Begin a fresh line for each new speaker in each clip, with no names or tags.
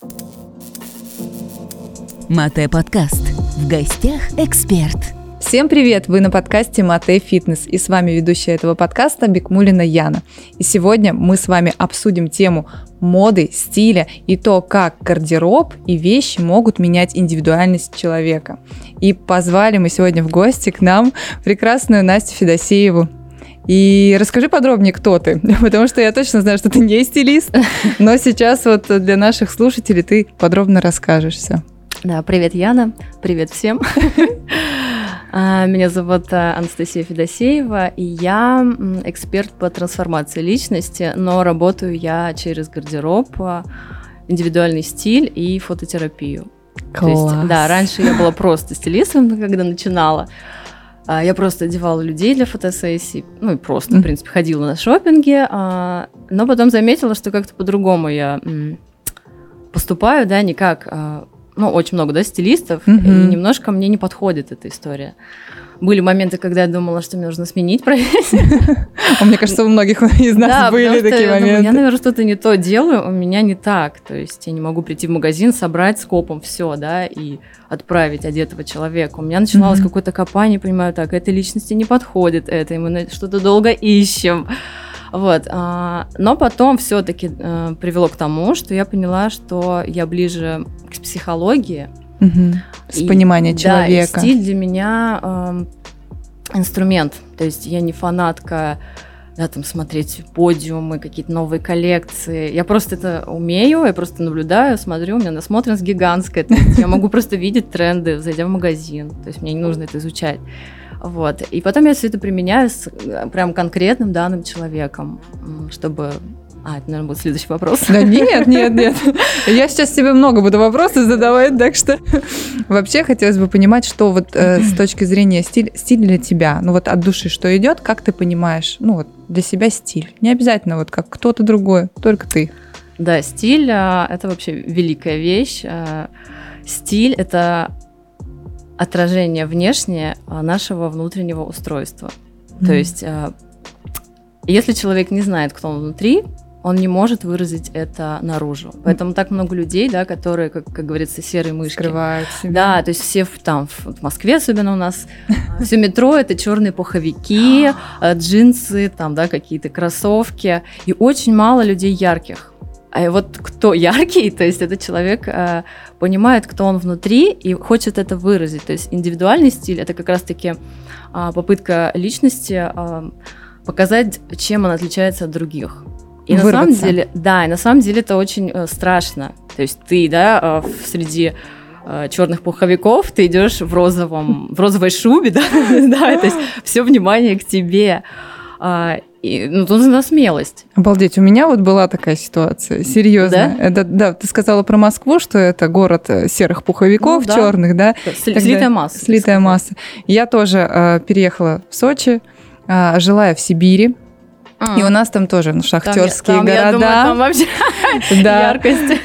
Мате подкаст. В гостях эксперт.
Всем привет! Вы на подкасте Мате Фитнес, и с вами ведущая этого подкаста Бикмуллина Яна. И сегодня мы с вами обсудим тему моды, стиля и то, как гардероб и вещи могут менять индивидуальность человека. И позвали мы сегодня в гости к нам прекрасную Настю Федосееву. И расскажи подробнее, кто ты, потому что я точно знаю, что ты не стилист, но сейчас вот для наших слушателей ты подробно расскажешься.
Да, привет, Яна, привет всем. Меня зовут Анастасия Федосеева, и я эксперт по трансформации личности, но работаю я через гардероб, индивидуальный стиль и фототерапию.
Класс.
То есть, да, раньше я была просто стилистом, когда начинала. Я просто одевала людей для фотосессий, ну и просто, в принципе, ходила на шопинги, но потом заметила, что как-то по-другому я поступаю, да, не как... очень много, да, стилистов, и немножко мне не подходит эта история. Были моменты, когда я думала, что мне нужно сменить профессию.
Мне кажется, у многих из нас были такие моменты.
Я, наверное, что-то не то делаю, у меня не так. То есть я не могу прийти в магазин, собрать скопом все, да, и отправить одетого человека. У меня начиналось какое-то копание, понимаю, так, этой личности не подходит это, и мы что-то долго ищем. Вот. Но потом все-таки привело к тому, что я поняла, что я ближе к психологии.
С понимания человека.
Да, и стиль для меня инструмент. То есть я не фанатка, да, там, смотреть подиумы, какие-то новые коллекции. Я просто это умею, я просто наблюдаю, смотрю, у меня насмотренность гигантская. То есть я могу просто видеть тренды, зайдя в магазин. То есть мне не нужно это изучать. Вот. И потом я все это применяю с прям конкретным данным человеком, чтобы... это, наверное, будет следующий вопрос.
Да нет. Я сейчас тебе много буду вопросов задавать, так что вообще хотелось бы понимать, что вот с точки зрения стиль для тебя, ну вот от души что идет, как ты понимаешь, ну вот для себя стиль. Не обязательно вот как кто-то другой, только ты.
Да, стиль – это вообще великая вещь. Стиль – это отражение внешнее нашего внутреннего устройства. То есть, если человек не знает, кто он внутри, он не может выразить это наружу. Поэтому так много людей, да, которые, как говорится, серые мышки.
Скрывают себя.
Да, то есть все там, в Москве особенно у нас, все метро – это черные пуховики, джинсы, там, да, какие-то кроссовки. И очень мало людей ярких. А вот кто яркий, то есть этот человек понимает, кто он внутри и хочет это выразить. То есть индивидуальный стиль – это как раз-таки попытка личности показать, чем она отличается от других. И на самом деле это очень страшно. То есть ты, да, среди черных пуховиков ты идешь в розовой шубе, да, то есть все внимание к тебе. И, нужна смелость.
Обалдеть, у меня вот была такая ситуация, серьезно. Да, ты сказала про Москву, что это город серых пуховиков, черных, да?
Слитая масса.
Слитая масса. Я тоже переехала в Сочи, жила я в Сибири. И у нас там тоже шахтерские города.
Я думаю, там вообще яркость.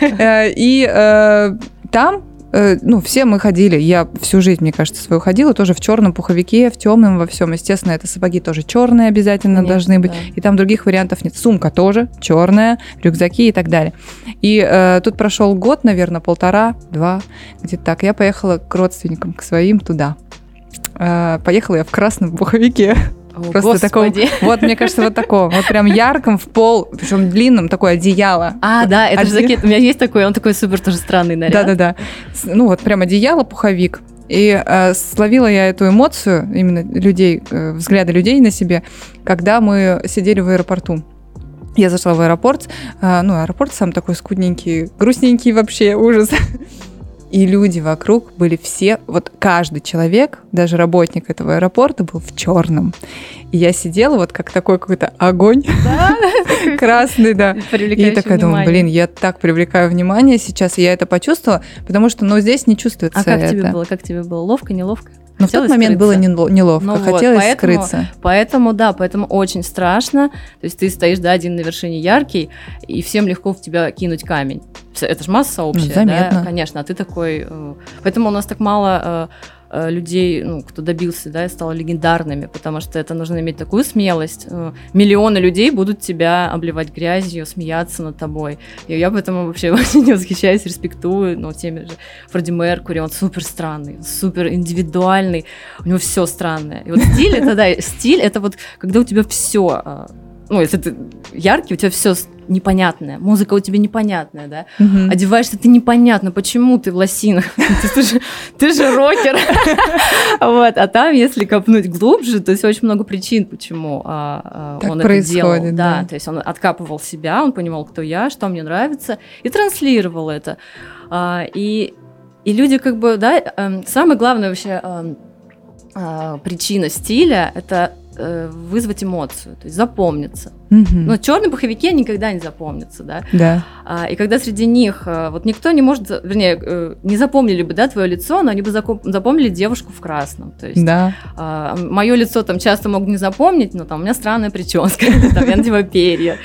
И там все мы ходили, я всю жизнь, мне кажется, свою ходила тоже в черном пуховике, в темном во всем. Естественно, это сапоги тоже черные обязательно должны быть. Да. И там других вариантов нет. Сумка тоже черная, рюкзаки и так далее. И тут прошел год, наверное, 1,5-2, где-то так. Я поехала к родственникам, к своим туда. Поехала я в красном пуховике. Просто такого, вот, мне кажется, вот такого, вот прям ярком в пол, причем длинном, такое одеяло.
Да, это же жакет, у меня есть такой, он такой супер тоже странный наряд.
Да. Вот прям одеяло, пуховик. И словила я эту эмоцию, именно людей, взгляды людей на себе, когда мы сидели в аэропорту. Я зашла в аэропорт, аэропорт сам такой скудненький, грустненький вообще, ужас. И люди вокруг были все, вот каждый человек, даже работник этого аэропорта был в черном. И я сидела вот как такой какой-то огонь красный, да. И такая думаю, я так привлекаю внимание сейчас, и я это почувствовала, потому что, здесь не чувствуется это.
А как тебе было? Как тебе было? Ловко, неловко?
Но в тот момент было неловко, хотелось скрыться.
Поэтому очень страшно. То есть ты стоишь, один на вершине яркий, и всем легко в тебя кинуть камень. Это же масса общая,
заметно.
Да, конечно, а ты такой... Поэтому у нас так мало людей, ну, кто добился, да, и стал легендарными, потому что это нужно иметь такую смелость. Миллионы людей будут тебя обливать грязью, смеяться над тобой. И я поэтому вообще очень восхищаюсь, респектую, ну, теми же Фредди Меркьюри, он супер странный, супер индивидуальный, у него все странное. И вот стиль это, да, стиль это вот когда у тебя все, ну, если ты яркий, у тебя все непонятное, музыка у тебя непонятная, да, одеваешься ты непонятно, почему ты в лосинах, ты же рокер, вот, а там, если копнуть глубже, то есть очень много причин, почему он это делал, да, то есть он откапывал себя, он понимал, кто я, что мне нравится, и транслировал это, и люди как бы, да, самая главная вообще причина стиля – это вызвать эмоцию, то есть запомниться. Но черные пуховики никогда не запомнятся, да?
Да.
И когда среди них вот никто не может, вернее, не запомнили бы, да, твое лицо, но они бы запомнили девушку в красном. То есть
да.
Мое лицо там часто могут не запомнить, но там у меня странная прическа, там я надеваю перья.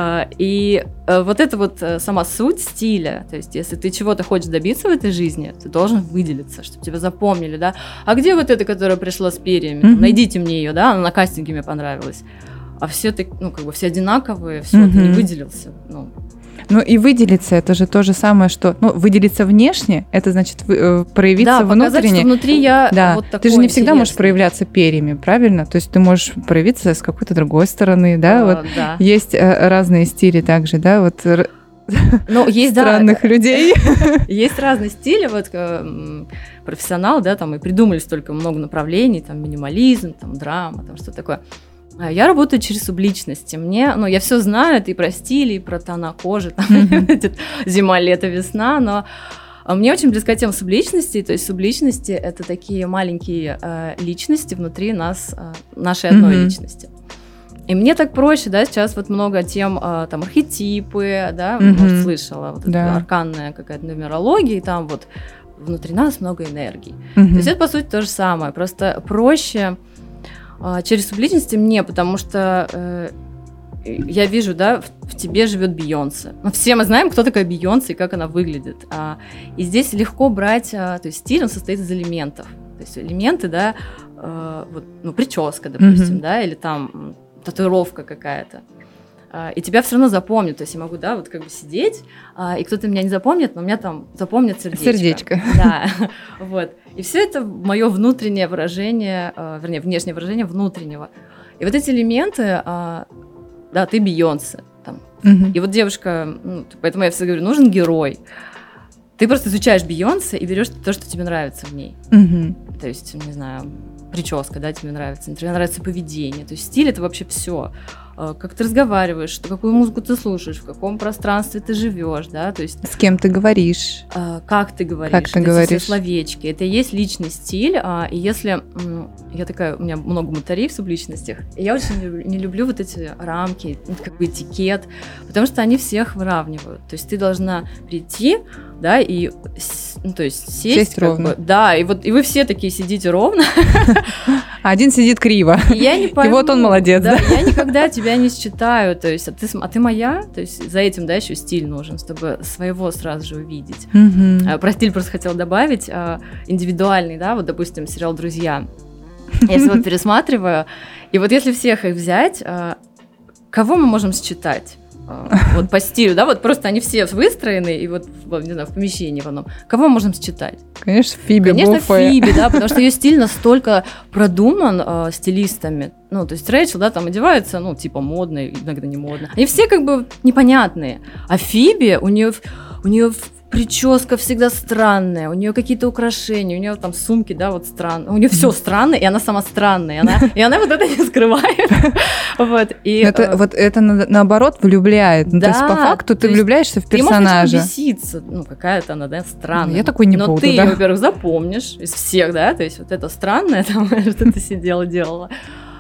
И вот это вот сама суть стиля, то есть если ты чего-то хочешь добиться в этой жизни, ты должен выделиться, чтобы тебя запомнили, да? А где вот эта, которая пришла с перьями? Там, найдите мне ее, да? Она на кастинге мне понравилась. А все, ну, как бы все одинаковые, все, ты не выделился.
Ну и выделиться, это же то же самое, что... Ну, выделиться внешне, это значит проявиться внутренне. Да, показать, что
внутри я вот такой.
Ты же не всегда можешь проявляться перьями, правильно? То есть ты можешь проявиться с какой-то другой стороны, да? Вот
да.
Есть разные стили также, да? Вот
есть,
странных людей.
Есть разные стили, вот профессионал, да, там и придумали столько много направлений, там минимализм, там драма, там что такое. Я работаю через субличности. Я все знаю, и про стиль, и про тона кожи, там, зима, лето, весна, но мне очень близка тема субличности, то есть субличности — это такие маленькие личности внутри нас, нашей одной личности. И мне так проще, да, сейчас вот много тем, там, архетипы, да, может, слышала, вот эта арканная какая-то нумерология, и там вот внутри нас много энергий. То есть это, по сути, то же самое, просто проще через субличности мне, потому что я вижу, да, в тебе живет Бейонсе. Ну, все мы знаем, кто такая Бейонсе и как она выглядит. И здесь легко брать, то есть стиль, он состоит из элементов. То есть элементы, да, вот, ну, прическа, допустим, да, или там татуировка какая-то. И тебя все равно запомнят. То есть я могу, да, вот как бы сидеть, и кто-то меня не запомнит, но меня там запомнит сердечко.
Сердечко.
Да, вот. И все это мое внутреннее выражение, вернее, внешнее выражение внутреннего. И вот эти элементы, да, ты Бейонсе. Там. И вот девушка, ну, поэтому я всегда говорю, нужен герой. Ты просто изучаешь Бейонсе и берешь то, что тебе нравится в ней. То есть, не знаю, прическа, да, тебе нравится поведение. То есть стиль — это вообще все. Как ты разговариваешь, какую музыку ты слушаешь, в каком пространстве ты живешь, да, то есть...
С кем ты говоришь.
Как ты говоришь. Все словечки. Это и есть личный стиль. И если... Я такая, у меня много мытарей в субличностях, и я очень не люблю вот эти рамки, как бы этикет, потому что они всех выравнивают. То есть ты должна прийти, да, и, ну, то есть сесть
ровно.
Да, и вы все такие сидите ровно.
Один сидит криво. И вот он молодец.
Да, я никогда тебя не считаю, то есть, а ты моя, то есть за этим, да, еще стиль нужен, чтобы своего сразу же увидеть. Про стиль просто хотела добавить, индивидуальный, да, вот, допустим, сериал «Друзья». Я его пересматриваю, и вот если всех их взять, кого мы можем считать? Вот по стилю, да, вот просто они все выстроены, и вот, не знаю, в помещении в одном. Кого мы можем считать?
Конечно, Фиби.
Конечно, Фиби, да, потому что ее стиль настолько продуман стилистами. Ну, то есть Рэйчел, да, там одевается, ну, типа модно, иногда не модно. Они все как бы непонятные. А Фиби, у нее прическа всегда странная, у нее какие-то украшения, у нее там сумки, да, вот странные. У нее все странное, и она сама странная, и она вот это не скрывает. Вот
это наоборот влюбляет. То есть по факту ты влюбляешься в персонажа.
Ты можешь беситься, ну, какая-то она, да, странная.
Я такой не буду, да.
Но ты ее, во-первых, запомнишь из всех, да, то есть вот это странное, там, что ты сидела, делала.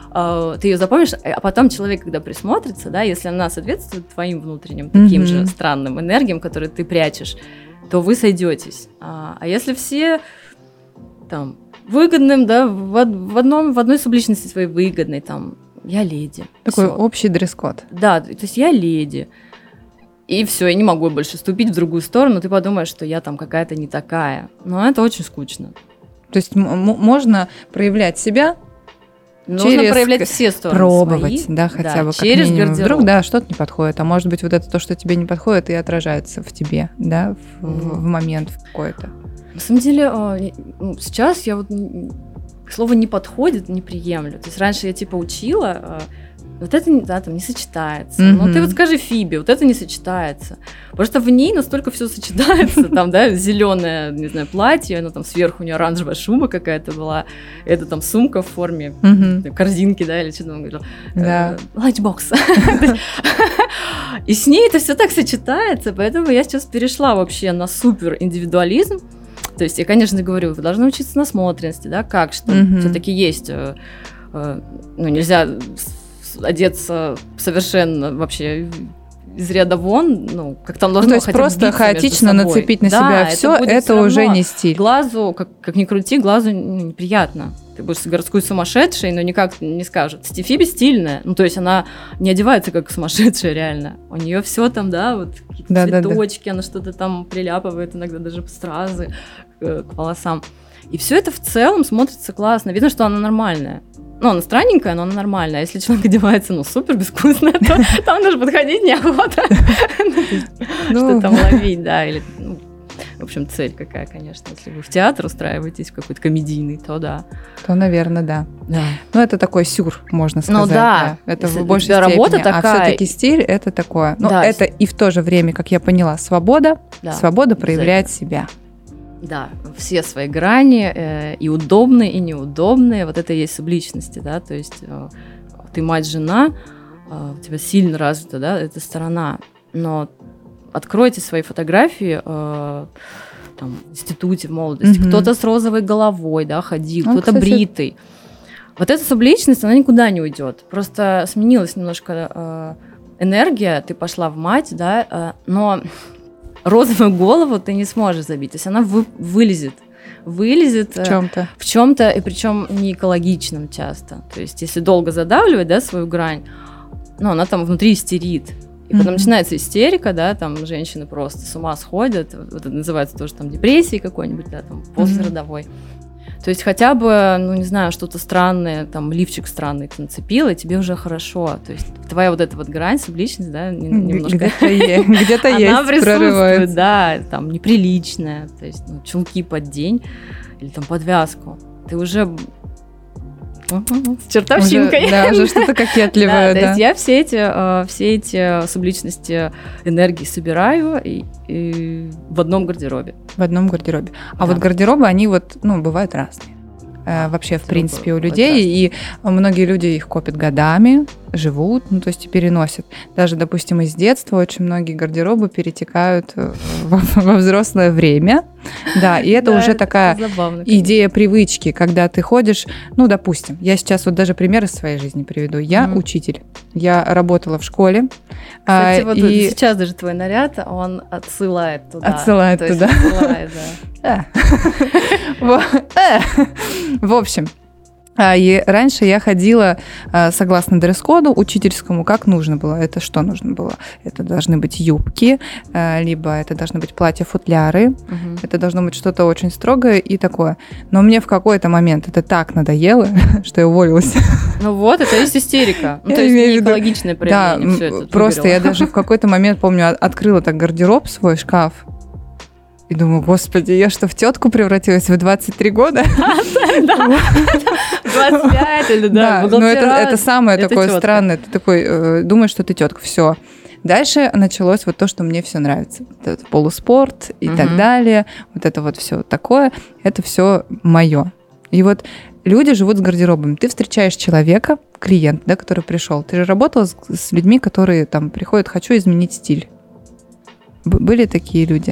Ты ее запомнишь, а потом человек, когда присмотрится, да, если она соответствует твоим внутренним таким же странным энергиям, которые ты прячешь, то вы сойдетесь. А если все там выгодным, да, в одной субличности своей выгодной, там, я леди.
Такой
всё.
Общий дресс-код.
Да, то есть я леди. И все, я не могу больше ступить в другую сторону, ты подумаешь, что я там какая-то не такая. Но это очень скучно.
То есть можно проявлять себя.
Нужно проявлять все стороны
пробовать,
свои,
да, хотя бы как
через
минимум.
гардероб.
Вдруг, да, что-то не подходит, а может быть вот это то, что тебе не подходит, и отражается в тебе, да, в момент какой-то.
На самом деле, сейчас я вот слово «не подходит» не приемлю. То есть раньше я типа учила, вот это да, там не сочетается. Ну ты вот скажи Фибе, вот это не сочетается. Потому что в ней настолько все сочетается, там, да, зеленое, не знаю, платье, оно там сверху у нее оранжевая шуба какая-то была, это там сумка в форме корзинки, да, или что-то он говорил. Ланчбокс. И с ней это все так сочетается, поэтому я сейчас перешла вообще на супер индивидуализм. То есть я, конечно, говорю, вы должны учиться насмотренности, да, как что. Все-таки есть, нельзя одеться совершенно вообще из ряда вон, как там должно,
то есть просто хаотично нацепить на себя все, это уже не стиль.
Глазу, как ни крути, глазу неприятно. Ты будешь городской сумасшедшей, но никак не скажут. Фиби стильная, то есть она не одевается как сумасшедшая реально. У нее все там, да, вот какие-то цветочки, она что-то там приляпывает, иногда даже стразы к волосам. И все это в целом смотрится классно. Видно, что она нормальная. Она странненькая, но она нормальная. А если человек одевается, супер безвкусная, то там даже подходить неохота. Что там ловить, да, или... В общем, цель какая, конечно. Если вы в театр устраиваетесь, в какой-то комедийный, то да.
То, наверное, да. Это такой сюр, можно сказать.
Да.
Это в большей степени.
Работа такая.
А все-таки стиль это такое. Это и в то же время, как я поняла, свобода. Свобода проявлять себя.
Да, все свои грани, и удобные, и неудобные. Вот это и есть субличности, да, то есть ты мать-жена, у тебя сильно развита, да, эта сторона, но откройте свои фотографии там, в институте, в молодости, кто-то с розовой головой, да, ходил, кто-то бритый. Вот эта субличность, она никуда не уйдет, просто сменилась немножко энергия, ты пошла в мать, да, но... розовую голову ты не сможешь забить, то есть она вылезет в чем-то, и причем не экологичном часто. То есть если долго задавливать, да, свою грань, она там внутри истерит. И потом начинается истерика, да, там женщины просто с ума сходят, вот это называется тоже там депрессией какой-нибудь, да, там послеродовой. То есть хотя бы, не знаю, что-то странное, там, лифчик странный ты нацепила, и тебе уже хорошо. То есть твоя вот эта вот грань, субличность, да, немножко...
Где-то есть,
она присутствует, да, там, неприличная. То есть чулки под день или там подвязку. Ты уже... с чертовщинкой.
Уже что-то кокетливое, да.
То есть я все эти субличности энергии собираю и в одном гардеробе.
В одном гардеробе. А вот гардеробы, они бывают разные. Вообще, в принципе, у людей. И многие люди их копят годами, живут, то есть и переносят. Даже, допустим, из детства очень многие гардеробы перетекают во взрослое время. Да, и это уже такая идея привычки, когда ты ходишь, допустим, я сейчас вот даже пример из своей жизни приведу. Я учитель. Я работала в школе.
Кстати, вот сейчас даже твой наряд, он отсылает туда.
Отсылает туда. В общем, и раньше я ходила согласно дресс-коду учительскому, как нужно было. Это что нужно было? Это должны быть юбки, либо это должны быть платья-футляры, это должно быть что-то очень строгое и такое. Но мне в какой-то момент это так надоело, что я уволилась.
Это есть истерика. То есть не экологичное проявление.
Да, просто я даже в какой-то момент, помню, открыла так гардероб, свой шкаф, и думаю, господи, я что, в тетку превратилась в 23 года?
25 или да.
Но это самое такое странное. Ты такой думаешь, что ты тетка. Все. Дальше началось вот то, что мне все нравится. Это полуспорт и так далее. Вот это вот все такое. Это все мое. И вот люди живут с гардеробом. Ты встречаешь человека, клиент, да, который пришел. Ты же работала с людьми, которые там приходят, хочу изменить стиль. Были такие люди?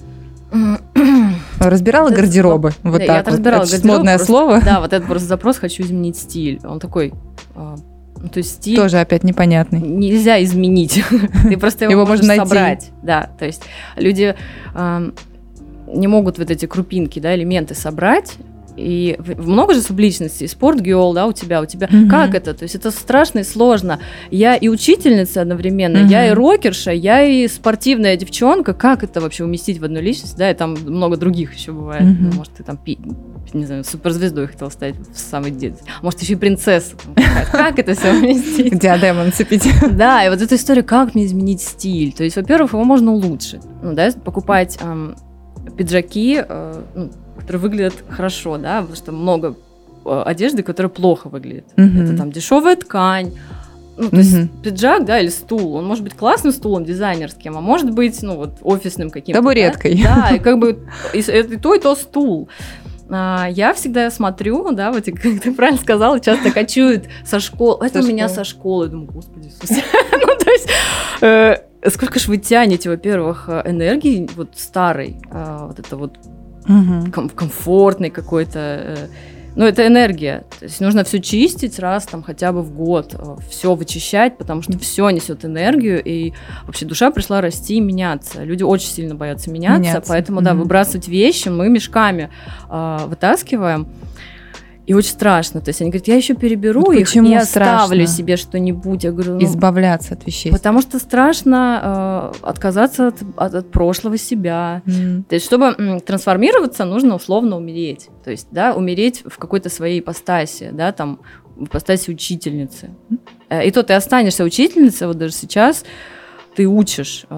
Разбирала гардеробы. Вот так вот.
Разбирала
это модное слово.
Да, вот это просто запрос «хочу изменить стиль». Он такой... то есть стиль...
Тоже опять непонятный.
Нельзя изменить. Ты просто его можешь собрать. Да, то есть люди не могут вот эти крупинки, да, элементы собрать И много же субличностей, спортгерл, да, у тебя. Как это? То есть это страшно и сложно. Я и учительница одновременно, я и рокерша, я и спортивная девчонка. Как это вообще уместить в одну личность? Да, и там много других еще бывает. Может, ты там, не знаю, суперзвездой хотела стать в самый детстве. Может, еще и принцесса. Как это все уместить?
Диадему нацепить.
Да, и вот эта история, как мне изменить стиль. То есть, во-первых, его можно улучшить. Покупать пиджаки, которые выглядят хорошо, да, потому что много одежды, которая плохо выглядит. Это там дешевая ткань. То есть пиджак, да, или стул, он может быть классным стулом, дизайнерским, а может быть, офисным каким-то.
Табуреткой.
Да, и как бы и то, и то стул. Я всегда смотрю, да, вот как ты правильно сказала, часто кочуют со школы. Это у меня со школы. Я думаю, господи, Иисусе. То есть, сколько ж вы тянете, во-первых, энергии вот старой, вот это вот комфортной какой-то. Это энергия. То есть нужно все чистить раз там хотя бы в год, все вычищать, потому что все несет энергию, и вообще душа пришла расти и меняться. Люди очень сильно боятся меняться. Поэтому, да, выбрасывать вещи мы мешками вытаскиваем. И очень страшно. То есть они говорят, я еще переберу их и оставлю себе что-нибудь. Я говорю,
избавляться от вещей.
Потому что страшно отказаться от прошлого себя. То есть, чтобы трансформироваться, нужно условно умереть. То есть, да, умереть в какой-то своей ипостаси, да, там, в ипостаси учительницы. И то ты останешься учительницей, вот даже сейчас ты учишь,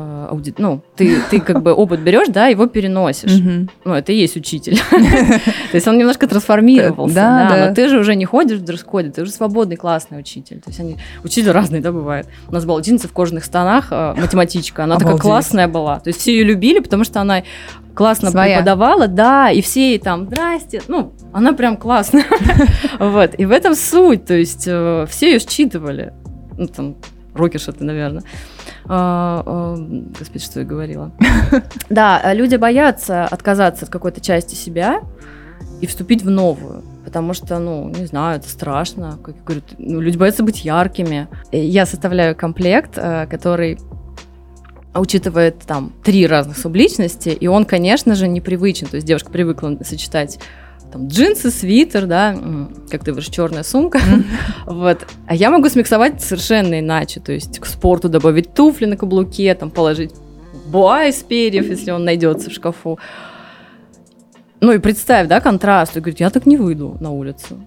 ты как бы опыт берешь, да, его переносишь. Это и есть учитель. То есть он немножко трансформировался, да, но ты же уже не ходишь в дресс-коде, ты уже свободный, классный учитель. То есть учитель разный, да, бывает. У нас была ученица в кожаных штанах, математичка, она такая классная была. То есть все ее любили, потому что она классно преподавала, да, и все ей там, здрасте, она прям классная. Вот, и в этом суть, то есть все ее считывали. Рокерша ты, наверное. Господи, что я говорила. Да, люди боятся отказаться от какой-то части себя и вступить в новую, потому что, не знаю, это страшно. Как я говорю, люди боятся быть яркими. Я составляю комплект, который учитывает там 3 разных субличности, и он, конечно же, непривычен. То есть девушка привыкла сочетать там джинсы, свитер, да, как ты говоришь, черная сумка, вот. А я могу смиксовать совершенно иначе, то есть к спорту добавить туфли на каблуке, там положить боа из перьев, если он найдется в шкафу. И представь, да, контраст. И говорит, я так не выйду на улицу.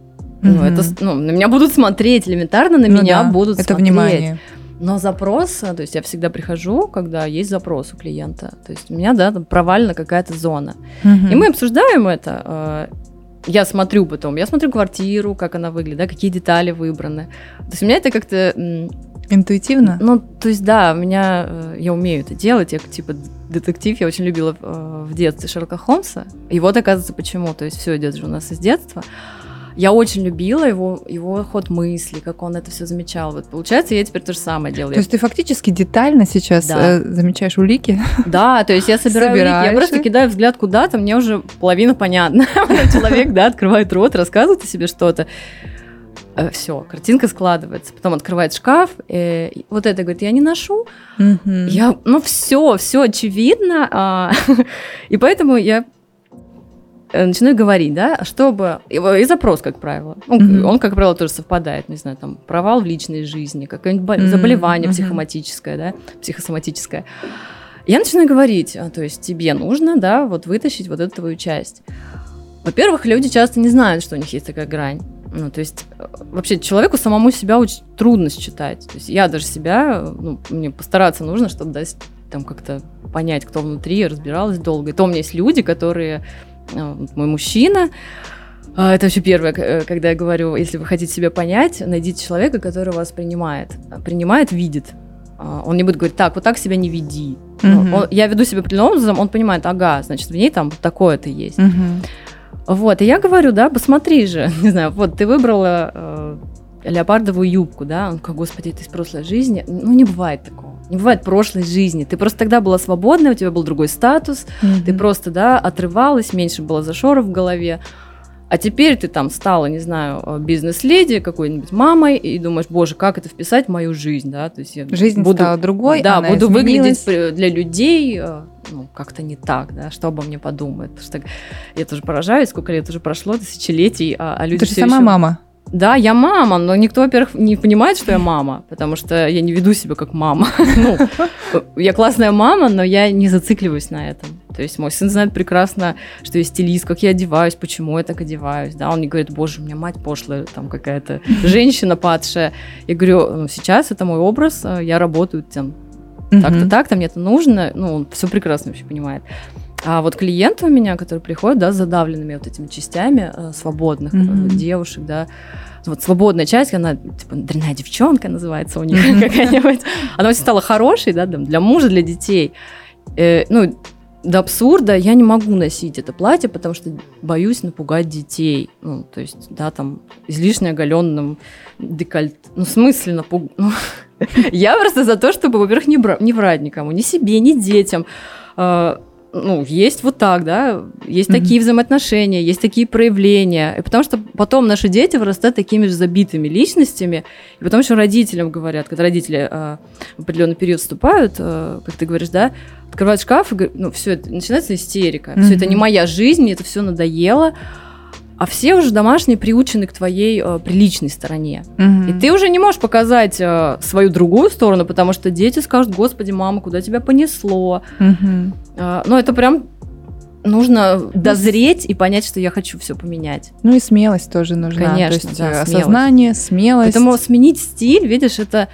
На меня будут смотреть, элементарно на меня будут смотреть. Это внимание. Но запрос, то есть я всегда прихожу, когда есть запрос у клиента. То есть у меня, да, там провалена какая-то зона. И мы обсуждаем это. Я смотрю квартиру, как она выглядит, да, какие детали выбраны. То есть у меня это как-то...
Интуитивно?
То есть, да, я умею это делать. Я типа детектив, я очень любила в детстве Шерлока Холмса. И вот, оказывается, почему. То есть все идет же у нас из детства. Я очень любила его ход мысли, как он это все замечал. Вот получается, я теперь то же самое делаю.
То есть ты фактически детально сейчас замечаешь улики?
Да, то есть я собираю улики, я просто кидаю взгляд куда-то, мне уже половина понятна. Человек, да, открывает рот, рассказывает о себе что-то. Все, картинка складывается. Потом открывает шкаф, и вот это, говорит, я не ношу. Все очевидно. И поэтому я начинаю говорить, да, чтобы... И запрос, как правило. Он, как правило, тоже совпадает. Не знаю, там, провал в личной жизни, какое-нибудь заболевание психосоматическое, да, психосоматическое. Я начинаю говорить, то есть тебе нужно, да, вот вытащить вот эту твою часть. Во-первых, люди часто не знают, что у них есть такая грань. То есть вообще человеку самому себя очень трудно считать. То есть я даже себя, мне постараться нужно, чтобы дать, там, как-то понять, кто внутри, я разбиралась долго. И то у меня есть люди, которые... Мой мужчина, это вообще первое, когда я говорю, если вы хотите себя понять, найдите человека, который вас принимает, видит. Он не будет говорить, так, вот так себя не веди. Я веду себя определенным образом, он понимает, ага, значит, в ней там такое-то есть. Вот, и я говорю, да, посмотри же, не знаю, вот ты выбрала леопардовую юбку, да, он говорит, господи, это из прошлой жизни. Не бывает такого. Не бывает прошлой жизни. Ты просто тогда была свободная, у тебя был другой статус, ты просто, да, отрывалась, меньше было зашоров в голове. А теперь ты там стала, не знаю, бизнес-леди, какой-нибудь мамой, и думаешь, боже, как это вписать в мою жизнь, да? То есть я
жизнь стала другой,
да, буду выглядеть для людей, как-то не так, да, что обо мне подумают. Потому что я тоже поражаюсь, сколько лет уже прошло, тысячелетий, а люди
Ты же сама мама.
Да, я мама, но никто, во-первых, не понимает, что я мама, потому что я не веду себя как мама. Я классная мама, но я не зацикливаюсь на этом. То есть мой сын знает прекрасно, что я стилист, как я одеваюсь, почему я так одеваюсь. Да, он не говорит: боже, у меня мать пошлая, там какая-то женщина падшая. Я говорю: сейчас это мой образ, я работаю там так-то так, мне это нужно. Он все прекрасно вообще понимает. А вот клиенты у меня, которые приходят, да, с задавленными вот этими частями свободных девушек, да, вот свободная часть, она, типа, дрянная девчонка называется у них какая-нибудь, она очень стала хорошей, да, для мужа, для детей. До абсурда я не могу носить это платье, потому что боюсь напугать детей. То есть, да, там, излишне оголенным декольте. В смысле напугать? Я просто за то, чтобы, во-первых, не врать никому, ни себе, ни детям. Есть вот так, да, есть такие взаимоотношения, есть такие проявления, и потому что потом наши дети вырастают такими же забитыми личностями, и потом еще родителям говорят, когда родители в определенный период вступают, как ты говоришь, да, открывают шкаф и говорят: все, это начинается истерика, все это не моя жизнь, мне это все надоело. А все уже домашние приучены к твоей приличной стороне. И ты уже не можешь показать свою другую сторону, потому что дети скажут: господи, мама, куда тебя понесло? Это прям нужно дозреть и понять, что я хочу все поменять.
И смелость тоже нужна.
Конечно,
то есть,
да,
осознание, смелость.
Поэтому сменить стиль, видишь, это...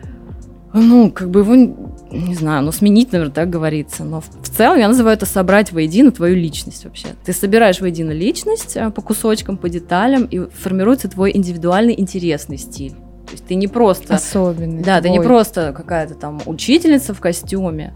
его, не знаю, сменить, наверное, так говорится. Но в целом я называю это собрать воедино твою личность вообще. Ты собираешь воедино личность по кусочкам, по деталям, и формируется твой индивидуальный интересный стиль. То есть ты не просто...
Особенный.
Да, ты не просто какая-то там учительница в костюме.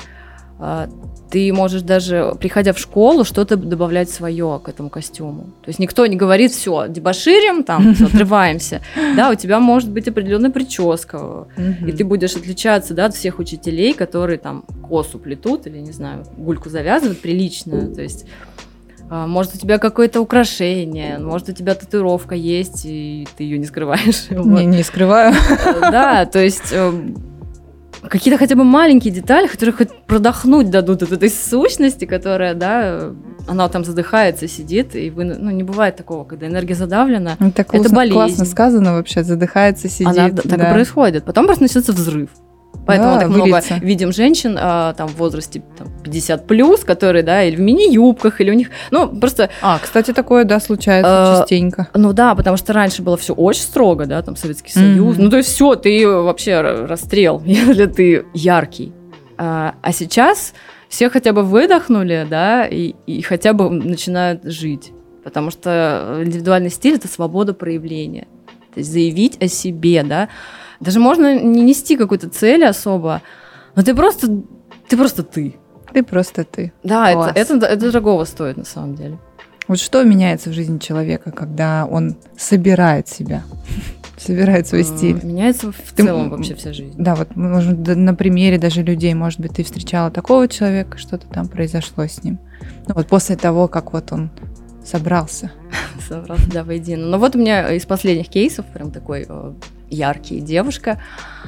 Ты можешь даже, приходя в школу, что-то добавлять свое к этому костюму. То есть никто не говорит: все, дебоширим, там, всё, отрываемся. Да, у тебя может быть определенная прическа, и ты будешь отличаться, да, от всех учителей, которые там косу плетут или, не знаю, гульку завязывают приличную. То есть может у тебя какое-то украшение, может у тебя татуировка есть, и ты ее не скрываешь.
Не скрываю.
Да, то есть... какие-то хотя бы маленькие детали, которые хоть продохнуть дадут от этой сущности, которая, да, она там задыхается, сидит, и не бывает такого, когда энергия задавлена, это болезнь.
Классно сказано вообще, задыхается, сидит.
Она так и происходит. Потом просто начнется взрыв. Поэтому мы так много видим женщин там, в возрасте 50+, которые, да, или в мини-юбках, или у них, просто...
кстати, такое, да, случается частенько.
Да, потому что раньше было все очень строго, да, там Советский Союз. То есть все, ты вообще расстрел, если ты яркий. А сейчас все хотя бы выдохнули, да, и хотя бы начинают жить. Потому что индивидуальный стиль – это свобода проявления. То есть заявить о себе, да. Даже можно не нести какой-то цели особо, но ты просто ты.
Ты просто ты.
Да, это дорогого стоит на самом деле.
Вот что меняется в жизни человека, когда он собирает себя, собирает свой стиль?
Меняется в целом вообще вся жизнь.
Да, вот может, на примере даже людей, может быть, ты встречала такого человека, что-то там произошло с ним. Вот после того, как вот он собрался,
да, воедино. Но вот у меня из последних кейсов прям такой яркий девушка.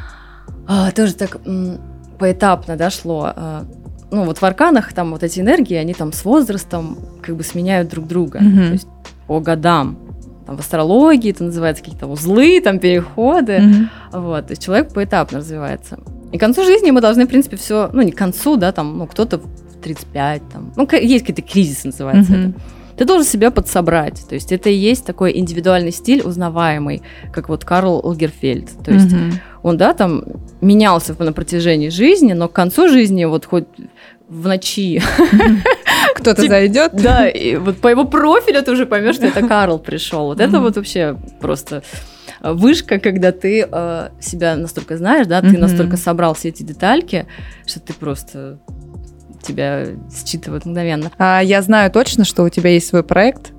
Тоже так поэтапно, да, шло. Вот в арканах там вот эти энергии, они там с возрастом как бы сменяют друг друга. То есть по годам. Там в астрологии это называется какие-то узлы, там переходы. Вот, то есть человек поэтапно развивается. И к концу жизни мы должны, в принципе, все, не к концу, да, там, кто-то в 35, там, есть какие-то кризисы, называется это. Ты должен себя подсобрать. То есть это и есть такой индивидуальный стиль, узнаваемый, как вот Карл Лагерфельд. То есть он, да, там менялся на протяжении жизни, но к концу жизни вот хоть в ночи
кто-то зайдет.
Да, и вот по его профилю ты уже поймешь, что это Карл пришел. Вот это вот вообще просто вышка, когда ты себя настолько знаешь, да, ты настолько собрал все эти детальки, что ты просто... тебя считывают мгновенно.
Я знаю точно, что у тебя есть свой проект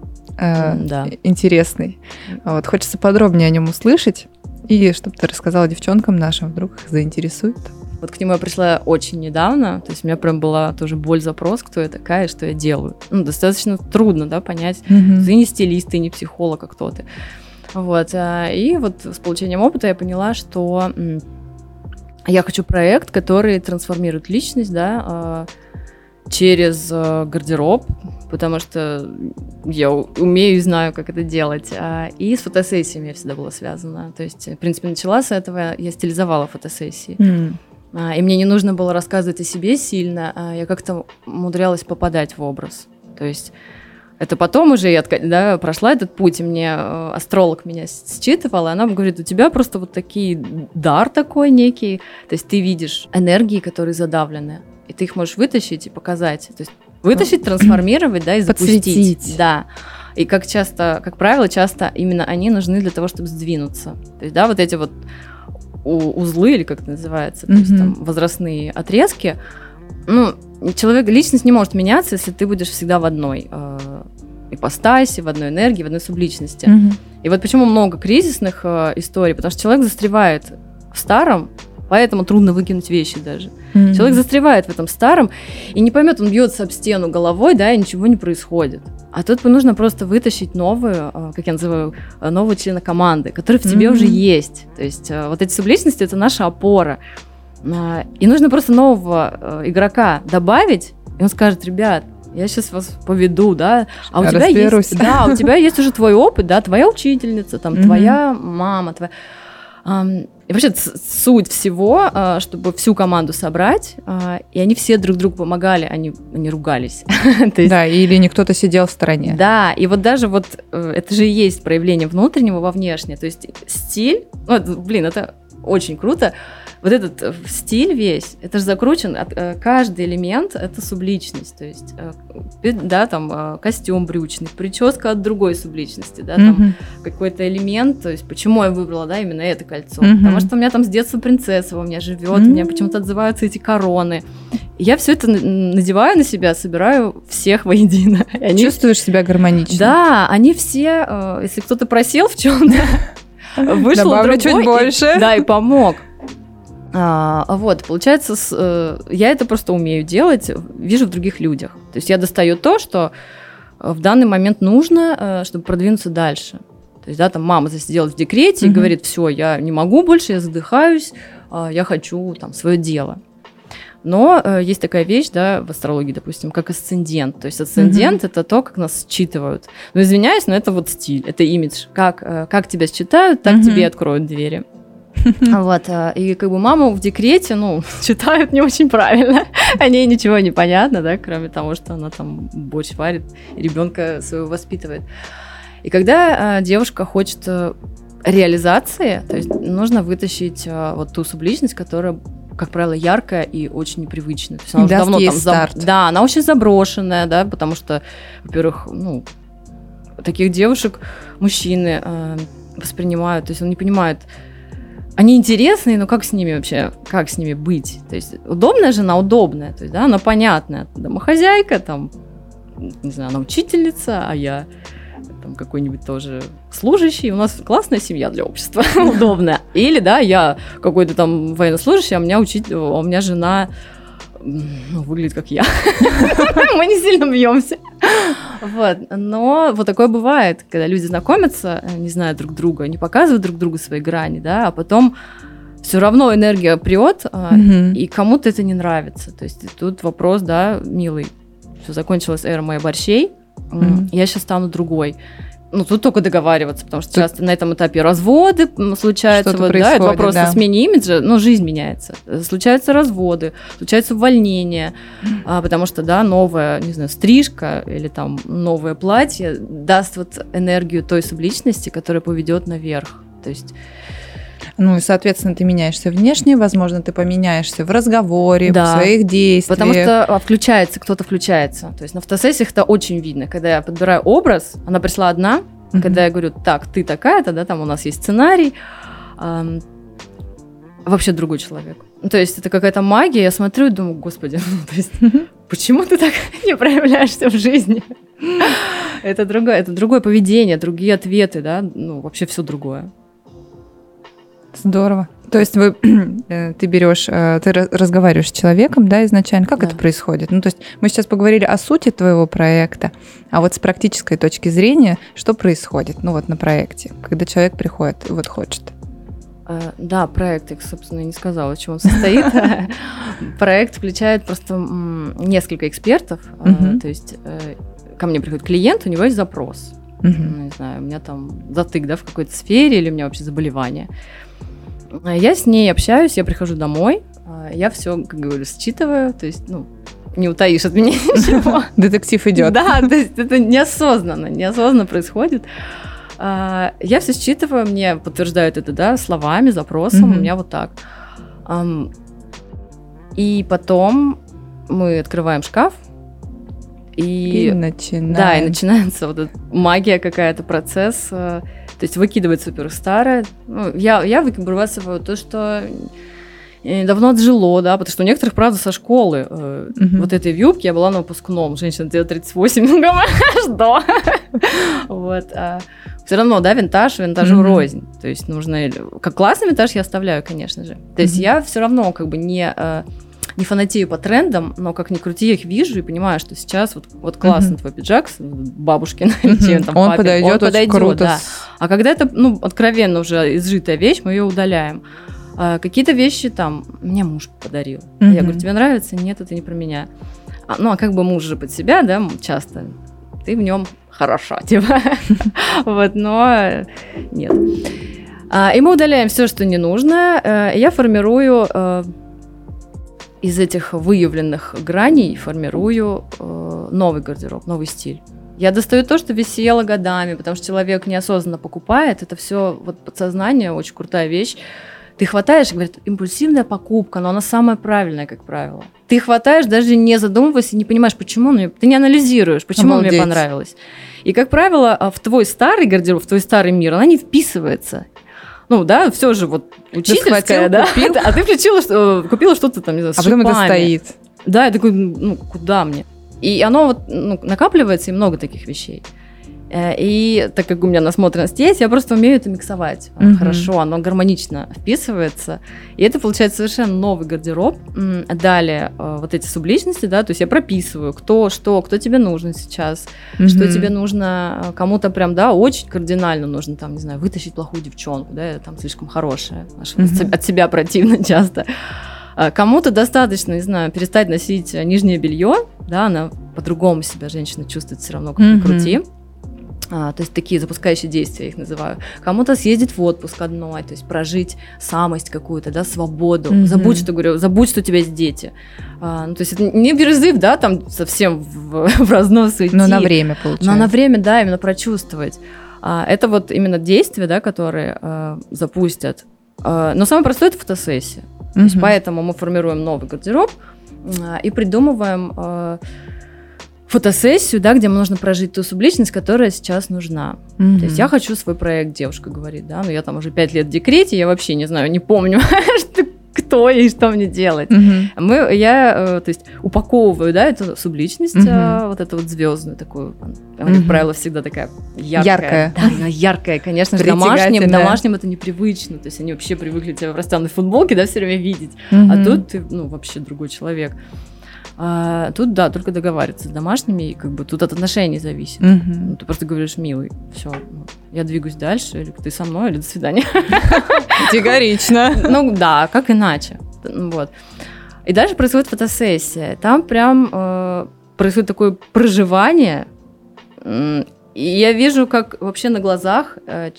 интересный. Вот, хочется подробнее о нем услышать. И чтобы ты рассказала девчонкам нашим, вдруг их заинтересует.
Вот к нему я пришла очень недавно. То есть у меня прям была тоже боль-запрос, кто я такая, что я делаю. Достаточно трудно, да, понять. Ты не стилист, ты не психолог, а кто ты. Вот. И вот с получением опыта я поняла, что я хочу проект, который трансформирует личность, да, через гардероб, потому что я умею и знаю, как это делать. И с фотосессиями я всегда была связана. То есть, в принципе, начала с этого, я стилизовала фотосессии. И мне не нужно было рассказывать о себе сильно, я как-то умудрялась попадать в образ. То есть это потом уже я прошла этот путь, и мне астролог меня считывал, и она говорит, у тебя просто вот дар такой некий, то есть ты видишь энергии, которые задавлены, и ты их можешь вытащить и показать. То есть вытащить, трансформировать, да, и запустить.
Подсветить.
Да. И как правило, часто именно они нужны для того, чтобы сдвинуться. То есть, да, вот эти вот узлы, или как это называется, то есть там возрастные отрезки, личность не может меняться, если ты будешь всегда в одной ипостаси, в одной энергии, в одной субличности. И вот почему много кризисных историй, потому что человек застревает в старом, поэтому трудно выкинуть вещи даже. Человек застревает в этом старом и не поймет, он бьется об стену головой, да, и ничего не происходит. А тут нужно просто вытащить новую, как я называю, нового члена команды, который в тебе уже есть. То есть вот эти субличности — это наша опора. И нужно просто нового игрока добавить, и он скажет, ребят, я сейчас вас поведу, да, а у тебя есть, да, у тебя есть уже твой опыт, да, твоя учительница, там, твоя мама, твоя... И вообще суть всего, чтобы всю команду собрать, и они все друг другу помогали, они ругались.
Да, или не кто-то сидел в стороне.
Да, и вот даже вот это же и есть проявление внутреннего во внешнее, то есть стиль, это очень круто. Вот этот стиль весь, это же закручен, каждый элемент — это субличность, то есть, да, там, костюм брючный, прическа от другой субличности, да, там, какой-то элемент, то есть, почему я выбрала, да, именно это кольцо, потому что у меня там с детства принцесса во мне живет, у меня почему-то отзываются эти короны, и я все это надеваю на себя, собираю всех воедино.
Чувствуешь себя гармонично?
Да, они все, если кто-то просел в чем-то, вышел
добавлю
другой,
чуть больше.
Да, и помог. Вот, получается, я это просто умею делать, вижу в других людях. То есть я достаю то, что в данный момент нужно, чтобы продвинуться дальше. То есть, да, там мама засиделась в декрете и говорит, все, я не могу больше, я задыхаюсь, я хочу там свое дело. Но есть такая вещь, да, в астрологии, допустим, как асцендент. То есть асцендент — это то, как нас считывают. Но извиняюсь, но это вот стиль, это имидж. Как тебя считают, так тебе откроют двери. Вот, и как бы маму в декрете, читают не очень правильно, о ней ничего не понятно, да, кроме того, что она там борщ варит, ребенка своего воспитывает. И когда девушка хочет реализации, то есть нужно вытащить вот ту субличность, которая, как правило, яркая и очень непривычная. То есть она уже давно там
старт.
Да, она очень заброшенная, да, потому что, во-первых, таких девушек мужчины воспринимают, то есть он не понимает. Они интересные, но как с ними вообще, как с ними быть? То есть удобная жена удобная, то есть, да, она понятная, домохозяйка, там, не знаю, она учительница, а я там какой-нибудь тоже служащий. У нас классная семья для общества, удобная. Или, да, я какой-то там военнослужащий, а у меня жена выглядит как я. Мы не сильно бьемся. Вот. Но вот такое бывает, когда люди знакомятся, не зная друг друга, не показывают друг другу свои грани, да, а потом все равно энергия прет, и кому-то это не нравится. То есть тут вопрос, да, милый, все, закончилась эра моих борщей, я сейчас стану другой. Тут только договариваться, потому что часто на этом этапе разводы случаются. Вот, да, это вопрос о смене имиджа, жизнь меняется. Случаются разводы, случаются увольнения, потому что, да, новая, не знаю, стрижка или там новое платье даст вот энергию той субличности, которая поведет наверх. То есть...
и, соответственно, ты меняешься внешне, возможно, ты поменяешься в разговоре, в своих действиях.
Потому что кто-то включается. То есть на фотосессиях это очень видно. Когда я подбираю образ, она пришла одна, когда я говорю, так, ты такая-то, да, там у нас есть сценарий, вообще другой человек. То есть это какая-то магия, я смотрю и думаю, господи, то есть почему ты так не проявляешься в жизни? Это другое поведение, другие ответы, да, вообще все другое.
Здорово. То есть ты берешь, ты разговариваешь с человеком, да, изначально. Как это происходит? То есть мы сейчас поговорили о сути твоего проекта, а вот с практической точки зрения, что происходит, на проекте, когда человек приходит и хочет?
Да, проект, я, собственно, не сказала, в чем он состоит. Проект включает просто несколько экспертов. То есть ко мне приходит клиент, у него есть запрос. Не знаю, у меня там затык, да, в какой-то сфере, или у меня вообще заболевание. Я с ней общаюсь, я прихожу домой, я все, как говорю, считываю, то есть, не утаишь от меня ничего.
Детектив идет.
Да, то есть это неосознанно происходит. Я все считываю, мне подтверждают это, да, словами, запросом, у меня вот так. И потом мы открываем шкаф, и начинается вот эта магия какая-то, процесс. То есть выкидывается, во-первых, старое. Я выбрасываю то, что давно отжило, да, потому что у некоторых, правда, со школы вот этой юбки, я была на выпускном, женщина делает 38, что? Вот. Все равно, да, винтажу рознь. То есть нужно... Как классный винтаж я оставляю, конечно же. То есть я все равно как бы не фанатею по трендам, но как ни крути, я их вижу и понимаю, что сейчас вот классный твой пиджак, бабушкин,
он подойдет очень круто.
Да. А когда это, откровенно уже изжитая вещь, мы ее удаляем. Какие-то вещи там мне муж подарил. Я говорю, тебе нравится? Нет, это не про меня. А как бы муж же под себя, да, часто. Ты в нем хороша, типа. Вот, но нет. И мы удаляем все, что не нужно. Я формирую из этих выявленных граней, новый гардероб, новый стиль. Я достаю то, что висело годами, потому что человек неосознанно покупает. Это все вот подсознание, очень крутая вещь. Ты хватаешь и говорит, импульсивная покупка, но она самая правильная, как правило. Ты хватаешь, даже не задумываясь и не понимаешь, почему, ты не анализируешь, почему мне понравилось. И, как правило, в твой старый гардероб, в твой старый мир, она не вписывается. Все же вот учительская, да? А ты купила что-то там, не знаю, с шипами.
А потом это стоит.
Да, я такой, куда мне? И оно вот накапливается, и много таких вещей. И так как у меня насмотренность есть, я просто умею это миксовать хорошо, оно гармонично вписывается. И это получается совершенно новый гардероб. Далее вот эти субличности, да, то есть я прописываю, кто тебе нужен сейчас, что тебе нужно, кому-то прям, да, очень кардинально нужно, там, не знаю, вытащить плохую девчонку, да, там слишком хорошая, от себя противно часто. Кому-то достаточно, не знаю, перестать носить нижнее белье, да, она по-другому себя женщина чувствует все равно, как ни крути. То есть такие запускающие действия, я их называю. Кому-то съездить в отпуск одной, то есть прожить самость какую-то, да, свободу. Забудь, что у тебя есть дети. То есть это не призыв, да, там совсем в разнос уйти.
Но на время, получается.
Но на время, да, именно прочувствовать. Это вот именно действия, да, которые запустят. Но самое простое – это фотосессия. То есть поэтому мы формируем новый гардероб и придумываем фотосессию, да, где нужно прожить ту субличность, которая сейчас нужна. То есть я хочу свой проект, девушка говорит, да, но я там уже 5 лет в декрете, я вообще не знаю, не помню, кто и что мне делать. Я, то есть, упаковываю, да, эту субличность, вот эту вот звездную такую, она, как правило, всегда такая яркая. Да, яркая, конечно же, домашним это непривычно, то есть они вообще привыкли тебя в растянутой футболке, да, все время видеть, а тут ты, вообще другой человек. Тут, да, только договариваться с домашними, и как бы тут от отношений зависит. Ты просто говоришь, милый, все, я двигаюсь дальше, или ты со мной, или до свидания.
Категорично.
Да, как иначе. Вот. И дальше происходит фотосессия. Там прям происходит такое проживание, и я вижу, как вообще на глазах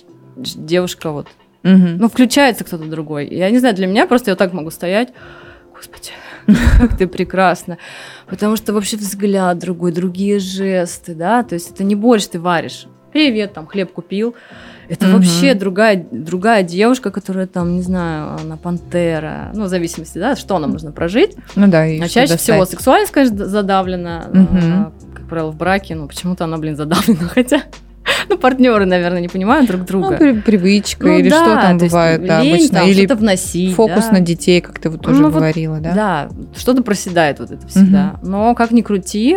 девушка вот, включается кто-то другой. Я не знаю, для меня просто я вот так могу стоять, господи, как ты прекрасна. Потому что вообще взгляд другой, другие жесты, да, то есть это не больше ты варишь. Привет, там, хлеб купил. Это вообще другая девушка, которая там, не знаю, она пантера, в зависимости, да, что нам нужно прожить.
И
чаще всего сексуальность, конечно, задавлена, как правило, в браке, почему-то она, задавлена, хотя... партнеры, наверное, не понимают друг друга.
Привычка или что там бывает, да, обычно.
Там, или что-то вносить.
Фокус на детей, как ты вот тоже говорила, да?
Да, что-то проседает вот это всегда. Но как ни крути,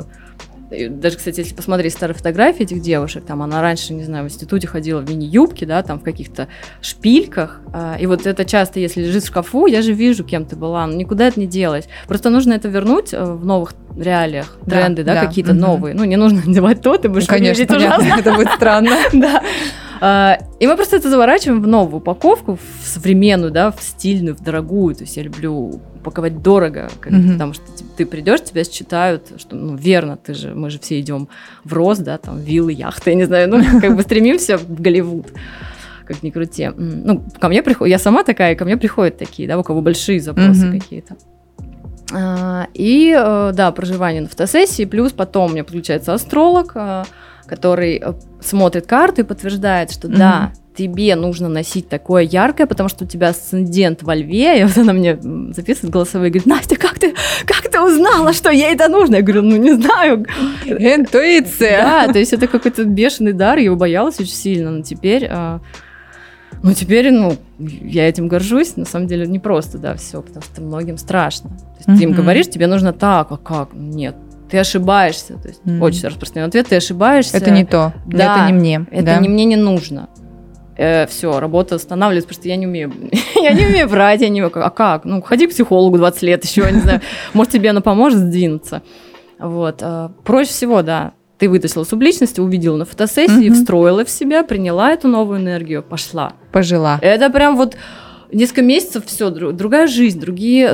даже, кстати, если посмотреть старые фотографии этих девушек, там она раньше, не знаю, в институте ходила в мини-юбке, да, там в каких-то шпильках, и вот это часто, если лежит в шкафу, я же вижу, кем ты была, никуда это не делать. Просто нужно это вернуть в новых реалиях, тренды, да, какие-то новые. Не нужно надевать то, ты будешь выглядеть ужасно.
Это будет странно.
Да. И мы просто это заворачиваем в новую упаковку, в современную, да, в стильную, в дорогую. То есть я люблю упаковать дорого, потому что ты придешь, тебя считают, что, ну, верно, мы же все идем в рост, да, там, виллы, яхты, я не знаю, ну, как бы стремимся в Голливуд, как ни крути. Ну, ко мне приходят, я сама такая, ко мне приходят такие, да, у кого большие запросы какие-то. И, да, проживание на фотосессии, плюс потом у меня подключается астролог, который смотрит карту и подтверждает, что да, тебе нужно носить такое яркое, потому что у тебя асцендент во Льве, и вот она мне записывает голосовые, говорит: Настя, как ты узнала, что ей это нужно? Я говорю, ну, не знаю.
Интуиция.
Да, то есть это какой-то бешеный дар, я его боялась очень сильно, но теперь... я этим горжусь, на самом деле не просто, да, все, потому что многим страшно. То есть ты им говоришь, тебе нужно так, а как? Нет, ты ошибаешься. То есть очень распространенный ответ, ты ошибаешься.
Это не то,
да,
это не мне.
Это мне не нужно. Все, работа останавливается, потому что я не умею врать, я не умею. А как? Ну, ходи к психологу 20 лет еще, не знаю, может, тебе она поможет сдвинуться. Вот. Проще всего, да. Ты вытащила субличность, увидела на фотосессии, встроила в себя, приняла эту новую энергию, пошла.
Пожила.
Это прям вот несколько месяцев, все, другая жизнь, другие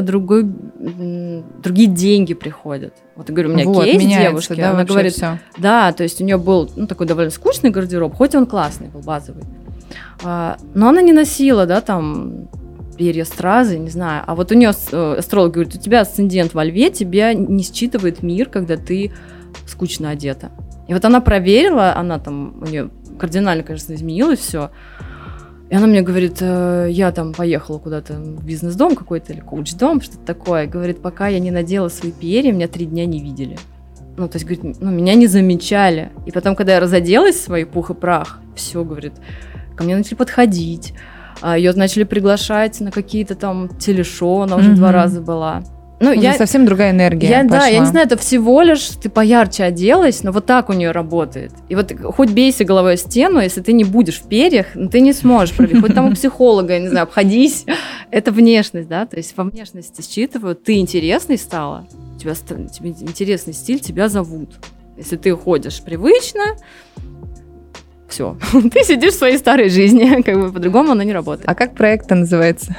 деньги приходят. Вот я говорю, у меня кейс девушки,
да,
она говорит,
всё.
да, то есть у нее был такой довольно скучный гардероб, хоть он классный был, базовый, но она не носила, да, там, перья стразы, не знаю, а вот у нее астролог говорит, у тебя асцендент во Льве, тебя не считывает мир, когда ты скучно одета. И вот она проверила, у нее кардинально, конечно, изменилось все. И она мне говорит, я там поехала куда-то в бизнес-дом какой-то или коуч-дом, что-то такое. Говорит, пока я не надела свои перья, меня 3 дня не видели. Ну, то есть, говорит, меня не замечали. И потом, когда я разоделась в свой пух и прах, все, говорит, ко мне начали подходить. Ее начали приглашать на какие-то там телешоу, она уже 2 раза была. Ну,
совсем другая энергия пошла.
Да, я не знаю, это всего лишь ты поярче оделась, но вот так у нее работает. И вот хоть бейся головой о стену, если ты не будешь в перьях, ты не сможешь пробить. Хоть там у психолога, я не знаю, обходись. Это внешность, да, то есть во внешности считывают, ты интересной стала, тебе интересный стиль, тебя зовут. Если ты ходишь привычно, все, ты сидишь в своей старой жизни, как бы по-другому она не работает.
А как проект называется?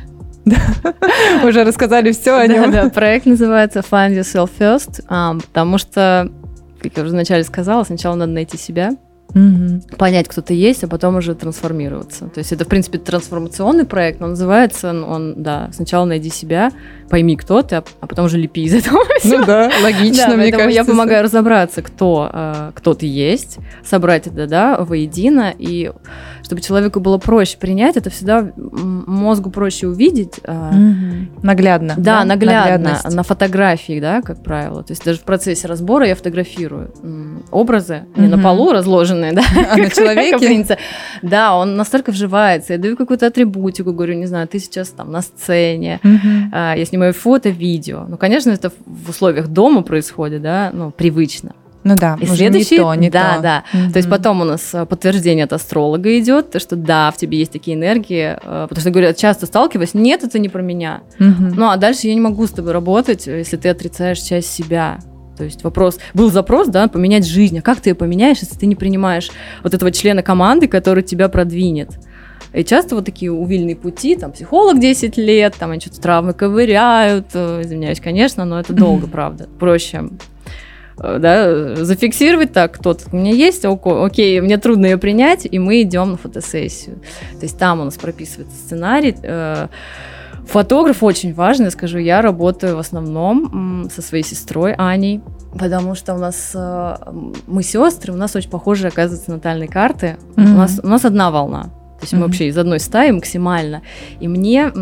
Уже рассказали все о нем.
Да, проект называется Find Yourself First, потому что, как я уже вначале сказала, сначала надо найти себя, понять, кто ты есть, а потом уже трансформироваться. То есть это, в принципе, трансформационный проект, но называется он, да, сначала найди себя, пойми, кто ты, а потом уже лепи из этого всего.
Ну да, логично, мне кажется.
Я помогаю разобраться, кто ты есть, собрать это, да, воедино, и чтобы человеку было проще принять, это всегда мозгу проще увидеть.
Наглядно.
Да, наглядно, на фотографии, да, как правило. То есть даже в процессе разбора я фотографирую образы, не на полу разложенные, да,
а на человеке.
Да, он настолько вживается. Я даю какую-то атрибутику, говорю, не знаю, ты сейчас там на сцене, я снимаю фото, видео. Ну, конечно, это в условиях дома происходит, да, ну, привычно.
Ну да,
и следующий, не то. Да. То есть потом у нас подтверждение от астролога идет, что да, в тебе есть такие энергии, потому что, говорят, часто сталкиваюсь, нет, это не про меня. Ну, а дальше я не могу с тобой работать, если ты отрицаешь часть себя. То есть был запрос, да, поменять жизнь, а как ты ее поменяешь, если ты не принимаешь вот этого члена команды, который тебя продвинет? И часто вот такие увильные пути, там, психолог 10 лет, там, они что-то травмы ковыряют, извиняюсь, конечно, но это долго, правда, проще, да, зафиксировать так, кто-то у меня есть, окей, мне трудно ее принять, и мы идем на фотосессию. То есть там у нас прописывается сценарий. Фотограф очень важный, скажу, я работаю в основном со своей сестрой Аней, потому что у нас мы сестры, у нас очень похожие, оказывается, натальные карты. У нас одна волна. То есть мы вообще из одной стаи максимально. И мне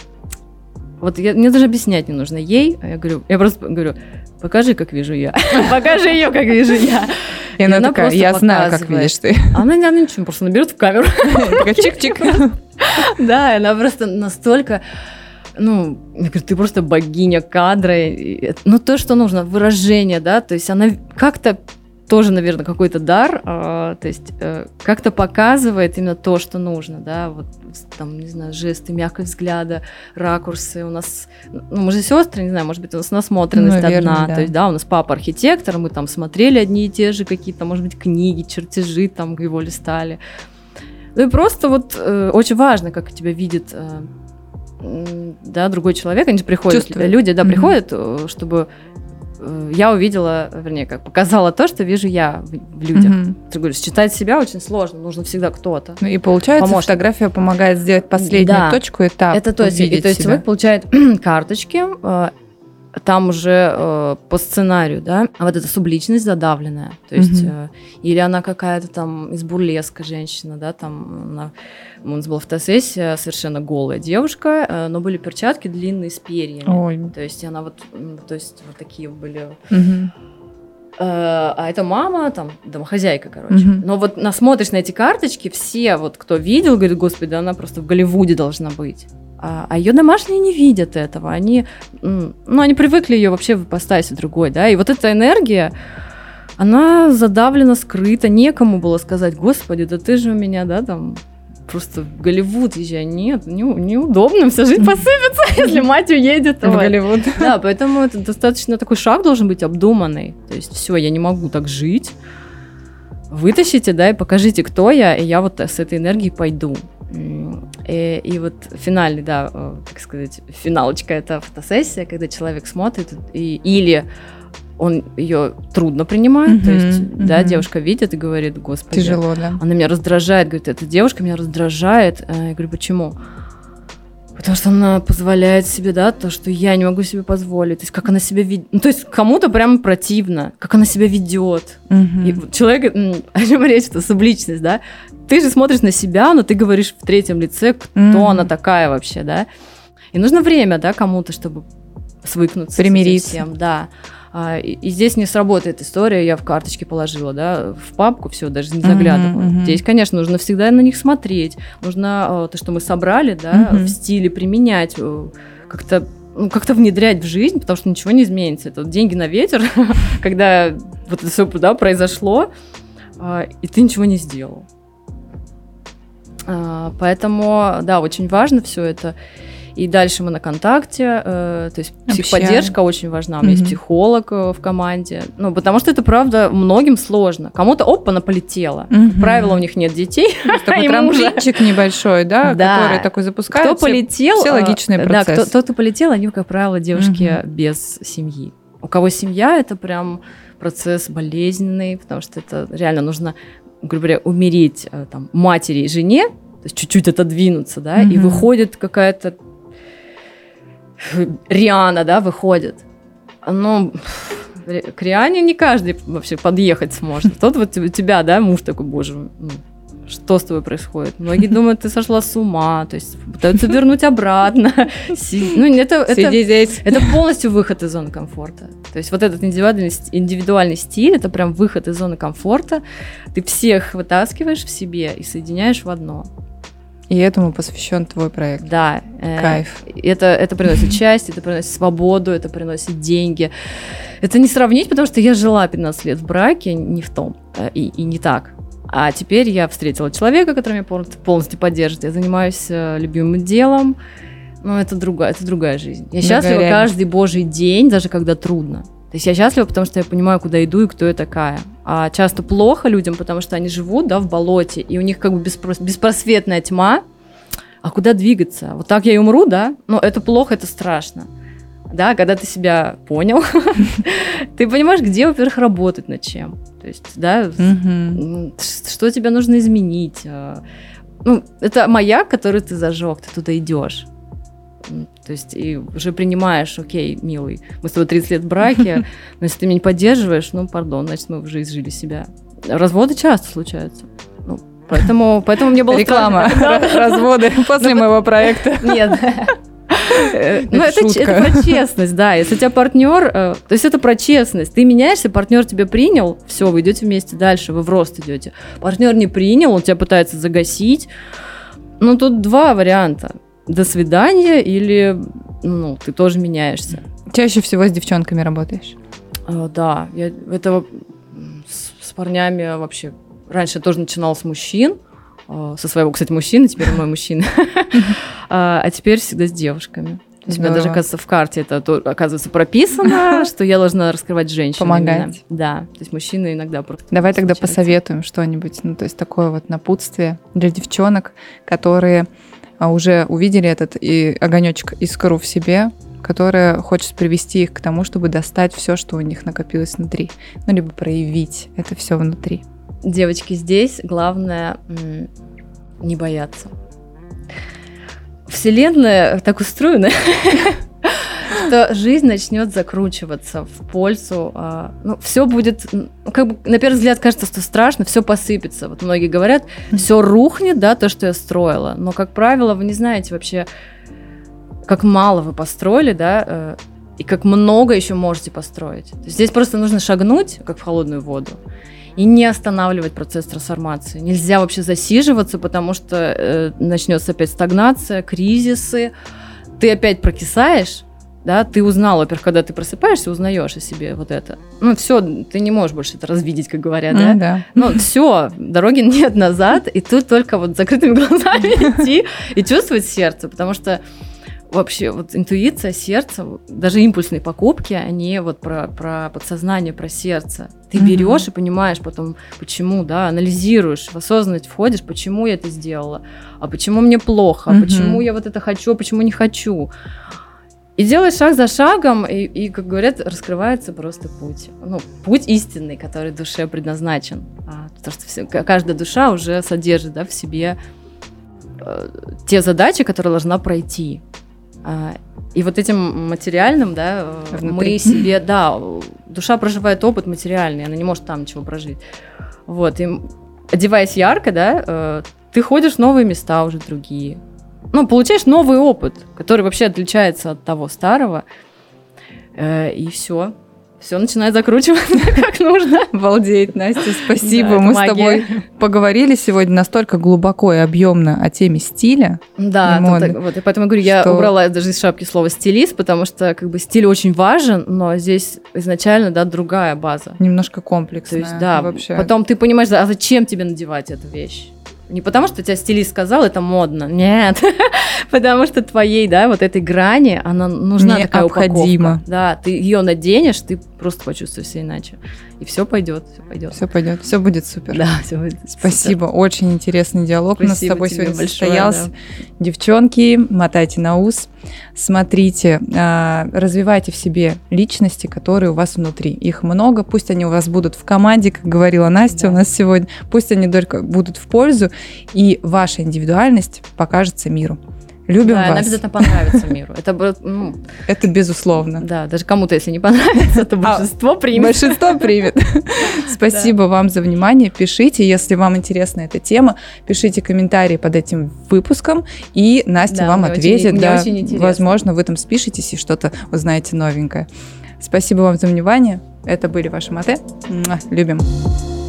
даже объяснять не нужно ей. Я просто говорю, покажи, как вижу я. Покажи ее, как вижу я.
И она такая, я знаю, как видишь ты.
Она ничего, просто наберет в камеру.
Такая чик-чик.
Да, она просто настолько... я говорю, ты просто богиня кадра. То, что нужно, выражение, да, то есть она как-то тоже, наверное, какой-то дар, то есть как-то показывает именно то, что нужно, да, вот там, не знаю, жесты, мягкость взгляда, ракурсы у нас, мы же сестры, не знаю, может быть, у нас насмотренность одна, да. То есть, да, у нас папа архитектор, мы там смотрели одни и те же какие-то, может быть, книги, чертежи там его листали. Ну и просто вот очень важно, как тебя видит да, другой человек. Они же приходят, люди, да, приходят, чтобы я увидела, вернее, как показала то, что вижу я в людях. Ты говоришь, считать себя очень сложно, нужно всегда кто-то.
Ну и получается, фотография помогает сделать последнюю точку, этап.
Это то есть, человек получает карточки, там уже по сценарию, да, а вот эта субличность задавленная, то есть, или она какая-то там из бурлеска женщина, да, там, у нас была фотосессия, совершенно голая девушка, но были перчатки длинные с перьями.
Ой.
То есть она вот, то есть вот такие были. А это мама, там, домохозяйка, короче. Но вот насмотришь на эти карточки, все, вот кто видел, говорят, господи, да она просто в Голливуде должна быть. А ее домашние не видят этого. Они привыкли ее вообще в ипостаси другой, да. И вот эта энергия, она задавлена, скрыта. Некому было сказать, господи, да ты же у меня, да, там, просто в Голливуд езжай. Нет, неудобно, вся жизнь посыпется, если мать уедет в
Голливуд.
Да, поэтому это достаточно такой шаг должен быть обдуманный. То есть все, я не могу так жить. Вытащите, да, и покажите, кто я, и я вот с этой энергией пойду. И вот финальный, да, так сказать, финалочка — это фотосессия, когда человек смотрит, или он ее трудно принимает, то есть, да, девушка видит и говорит, господи,
тяжело, да.
Она меня раздражает, говорит, эта девушка меня раздражает. Я говорю, почему? Потому что она позволяет себе, да, то, что я не могу себе позволить. То есть, как она себя ведет. Ну, то есть, кому-то прямо противно, как она себя ведет. И человек, о чем речь, это субличность, да. Ты же смотришь на себя, но ты говоришь в третьем лице, кто она такая вообще, да. И нужно время, да, кому-то, чтобы свыкнуться
примириться.
С этим всем, да. И здесь не сработает история, я в карточке положила, да, в папку, все, даже не заглядываю. Здесь, конечно, нужно всегда на них смотреть, нужно то, что мы собрали, да, в стиле применять, как-то внедрять в жизнь, потому что ничего не изменится. Это вот деньги на ветер, когда вот это все, да, произошло, и ты ничего не сделал. Поэтому, да, очень важно все это. И дальше мы на контакте, то есть психподдержка очень важна. У меня есть психолог в команде. Ну, потому что это, правда, многим сложно. Кому-то опа-на полетело. Как правило, у них нет детей.
Такой трамплинчик небольшой, да, который такой запускается.
Кто полетел,
все логичные процессы.
Да, кто полетел, они, как правило, девушки без семьи. У кого семья, это прям процесс болезненный, потому что это реально нужно, грубо говоря, умереть там, матери и жене, то есть чуть-чуть отодвинуться, да, и выходит какая-то Риана, да, выходит. Ну, к Риане не каждый вообще подъехать сможет. Тот вот у тебя, да, муж такой, боже, что с тобой происходит? Многие думают, ты сошла с ума, то есть пытаются вернуть обратно.
Сиди здесь.
Это полностью выход из зоны комфорта. То есть вот этот индивидуальный стиль, это прям выход из зоны комфорта. Ты всех вытаскиваешь в себе и соединяешь в одно.
И этому посвящен твой проект.
Да.
Кайф.
Это приносит счастье, это приносит свободу, это приносит деньги. Это не сравнить, потому что я жила 15 лет в браке, не в том, и не так. А теперь я встретила человека, который меня полностью поддержит. Я занимаюсь любимым делом. Но это другая жизнь. Я счастлива каждый божий день, даже когда трудно. То есть я счастлива, потому что я понимаю, куда иду и кто я такая. А часто плохо людям, потому что они живут, да, в болоте, и у них как бы беспросветная тьма. А куда двигаться? Вот так я и умру, да? Но это плохо, это страшно. Да, когда ты себя понял, ты понимаешь, где, во-первых, работать над чем. То есть, да, что тебе нужно изменить. Ну, это маяк, который ты зажег, ты туда идешь. То есть и уже принимаешь, окей, милый, мы с тобой 30 лет в браке, но если ты меня не поддерживаешь, ну, пардон, значит, мы уже изжили себя. Разводы часто случаются. Ну, поэтому мне было
реклама, разводы после моего проекта.
Нет. Ну, это про честность, да. Если у тебя партнер, то есть это про честность. Ты меняешься, партнер тебя принял, все, вы идете вместе дальше, вы в рост идете. Партнер не принял, он тебя пытается загасить. Ну, тут два варианта. До свидания или, ну, ты тоже меняешься.
Чаще всего с девчонками работаешь?
Да, я это с парнями вообще. Раньше я тоже начинала с мужчин, со своего, кстати, мужчины, теперь мой мужчина. А теперь всегда с девушками. У тебя даже, оказывается, в карте это, оказывается, прописано, что я должна раскрывать женщин.
Помогать.
Да, то есть мужчины иногда просто...
Давай тогда посоветуем что-нибудь, ну, то есть такое вот напутствие для девчонок, которые уже увидели этот и огонечек, искру в себе, которая хочет привести их к тому, чтобы достать все, что у них накопилось внутри, ну, либо проявить это все внутри.
Девочки, здесь главное не бояться. Вселенная так устроена, что жизнь начнет закручиваться в пользу. Ну, все будет, как бы, на первый взгляд кажется, что страшно, все посыпется. Вот многие говорят, все рухнет, да, то, что я строила. Но, как правило, вы не знаете вообще, как мало вы построили, да, и как много еще можете построить. Здесь просто нужно шагнуть, как в холодную воду, и не останавливать процесс трансформации. Нельзя вообще засиживаться, потому что начнется опять стагнация, кризисы. Ты опять прокисаешь, да, ты узнал, во-первых, когда ты просыпаешься, узнаешь о себе вот это. Ну, все, ты не можешь больше это развидеть, как говорят, да?
Да.
Ну, все, дороги нет назад, и тут только вот закрытыми глазами идти и чувствовать сердце, потому что вообще вот интуиция, сердце, даже импульсные покупки, они вот про подсознание, про сердце. Ты берешь и понимаешь потом, почему, да, анализируешь, в осознанность входишь, почему я это сделала, а почему мне плохо, а почему я вот это хочу, а почему не хочу. И делаешь шаг за шагом, и, как говорят, раскрывается просто путь. Ну, путь истинный, который душе предназначен. Потому что каждая душа уже содержит, да, в себе те задачи, которые должна пройти. И вот этим материальным, да, мы себе, да, душа проживает опыт материальный, она не может там ничего прожить. Вот, и одеваясь ярко, да, ты ходишь в новые места уже другие. Ну, получаешь новый опыт, который вообще отличается от того старого, и все начинает закручиваться как нужно.
Обалдеть, Настя, спасибо.
Да,
мы с тобой поговорили сегодня настолько глубоко и объемно о теме стиля.
Да, вот, и поэтому говорю, я убрала даже из шапки слово стилист, потому что как бы стиль очень важен, но здесь изначально, да, другая база.
Немножко комплексная.
То есть, да,
вообще.
Потом ты понимаешь, а зачем тебе надевать эту вещь? Не потому, что тебя стилист сказал, это модно. Нет. Потому что твоей, да, вот этой грани, она нужна, такая упаковка. Да, ты ее наденешь, ты просто почувствуешь себя иначе. И все пойдет. Все будет супер. Да, все будет супер.
Спасибо. Очень интересный диалог у нас с тобой сегодня состоялся. Девчонки, мотайте на ус. Смотрите, развивайте в себе личности, которые у вас внутри. Их много, пусть они у вас будут в команде, как говорила Настя у нас сегодня, пусть они только будут в пользу, и ваша индивидуальность покажется миру. Любим вас.
Она обязательно понравится миру.
Это безусловно.
Да, даже кому-то, если не понравится, то большинство примет.
Большинство примет. Спасибо вам за внимание. Пишите, если вам интересна эта тема, пишите комментарии под этим выпуском, и Настя вам ответит. Возможно, вы там спишетесь и что-то узнаете новенькое. Спасибо вам за внимание. Это были ваши Мате. Любим.